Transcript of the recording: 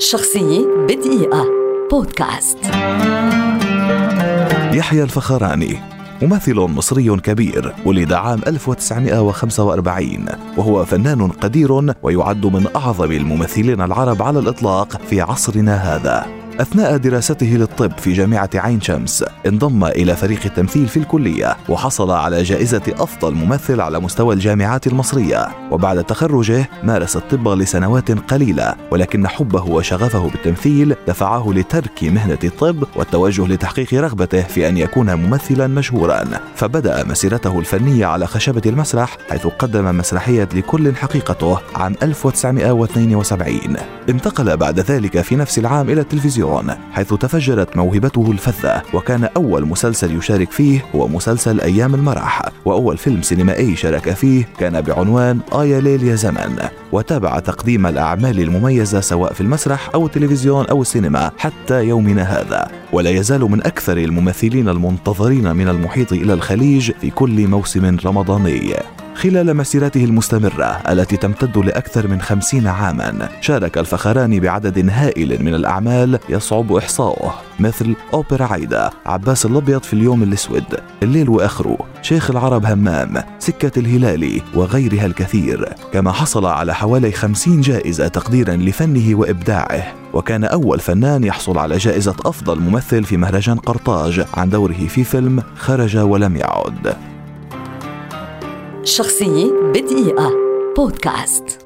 شخصية بدقيقة بودكاست. يحيى الفخراني ممثل مصري كبير، ولد عام 1945، وهو فنان قدير ويعد من أعظم الممثلين العرب على الإطلاق في عصرنا هذا. أثناء دراسته للطب في جامعة عين شمس انضم إلى فريق التمثيل في الكلية، وحصل على جائزة أفضل ممثل على مستوى الجامعات المصرية. وبعد تخرجه مارس الطب لسنوات قليلة، ولكن حبه وشغفه بالتمثيل دفعه لترك مهنة الطب والتوجه لتحقيق رغبته في أن يكون ممثلا مشهورا. فبدأ مسيرته الفنية على خشبة المسرح، حيث قدم مسرحية لكل حقيقته عام 1972. انتقل بعد ذلك في نفس العام إلى التلفزيون، حيث تفجرت موهبته الفذة، وكان أول مسلسل يشارك فيه هو مسلسل أيام المرح، وأول فيلم سينمائي شارك فيه كان بعنوان يا ليل يا زمن. وتابع تقديم الأعمال المميزة سواء في المسرح أو التلفزيون أو السينما حتى يومنا هذا، ولا يزال من أكثر الممثلين المنتظرين من المحيط إلى الخليج في كل موسم رمضاني. خلال مسيرته المستمرة التي تمتد لأكثر من 50 عاما، شارك الفخراني بعدد هائل من الأعمال يصعب إحصاؤه، مثل أوبرا عايدة، عباس الأبيض في اليوم الأسود، الليل وآخره، شيخ العرب همام، سكة الهلالي، وغيرها الكثير. كما حصل على حوالي 50 جائزة تقديرا لفنه وإبداعه، وكان أول فنان يحصل على جائزة أفضل ممثل في مهرجان قرطاج عن دوره في فيلم خرج ولم يعد. شخصية بدقيقة بودكاست.